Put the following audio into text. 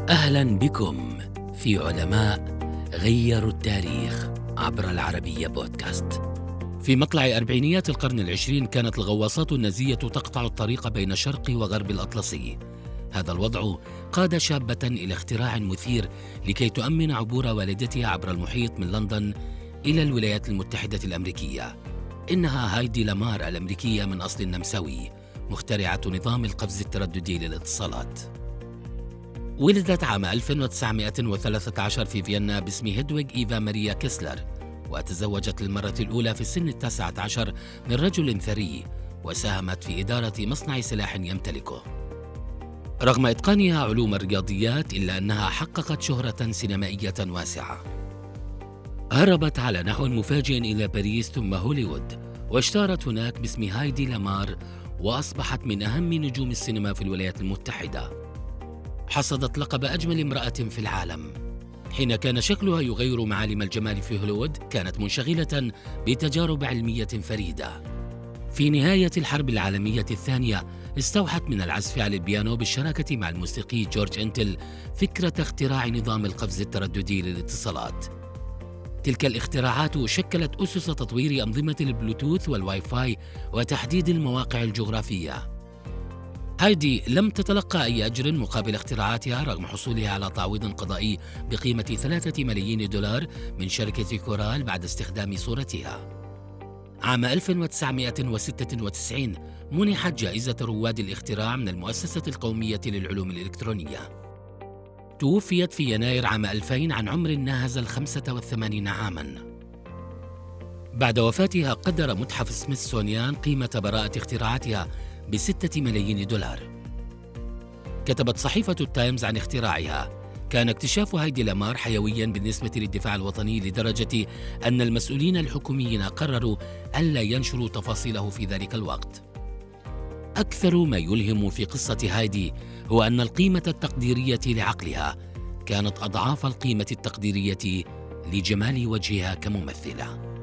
أهلا بكم في علماء غيروا التاريخ عبر العربية بودكاست. في مطلع أربعينيات القرن العشرين كانت الغواصات النازية تقطع الطريق بين شرق وغرب الأطلسي. هذا الوضع قاد شابة إلى اختراع مثير لكي تؤمن عبور والدتها عبر المحيط من لندن إلى الولايات المتحدة الأمريكية. إنها هايدي لامار الأمريكية من أصل نمساوي، مخترعة نظام القفز الترددي للاتصالات. ولدت عام 1913 في فيينا باسم هيدويغ إيفا ماريا كيسلر، وتزوجت للمرة الأولى في السن 19 من رجل ثري، وساهمت في إدارة مصنع سلاح يمتلكه. رغم إتقانها علوم الرياضيات إلا أنها حققت شهرة سينمائية واسعة. هربت على نحو مفاجئ إلى باريس ثم هوليوود، واشتهرت هناك باسم هايدي لامار، وأصبحت من أهم نجوم السينما في الولايات المتحدة. حصدت لقب أجمل امرأة في العالم. حين كان شكلها يغير معالم الجمال في هوليوود، كانت منشغلة بتجارب علمية فريدة. في نهاية الحرب العالمية الثانية استوحت من العزف على البيانو بالشراكة مع الموسيقي جورج إنتل فكرة اختراع نظام القفز الترددي للاتصالات. تلك الاختراعات شكلت أسس تطوير أنظمة البلوتوث والواي فاي وتحديد المواقع الجغرافية. هايدي لم تتلقى أي أجر مقابل اختراعاتها، رغم حصولها على تعويض قضائي بقيمة 3 ملايين دولار من شركة كورال بعد استخدام صورتها. عام 1996 منحت جائزة رواد الاختراع من المؤسسة القومية للعلوم الإلكترونية. توفيت في يناير عام 2000 عن عمر ناهز 85 عاماً. بعد وفاتها قدر متحف سميثسونيان قيمة براءة اختراعاتها ب6 ملايين دولار. كتبت صحيفة التايمز عن اختراعها: كان اكتشاف هايدي لامار حيوياً بالنسبة للدفاع الوطني لدرجة أن المسؤولين الحكوميين قرروا ألا ينشروا تفاصيله في ذلك الوقت. أكثر ما يلهم في قصة هايدي هو أن القيمة التقديرية لعقلها كانت أضعاف القيمة التقديرية لجمال وجهها كممثلة.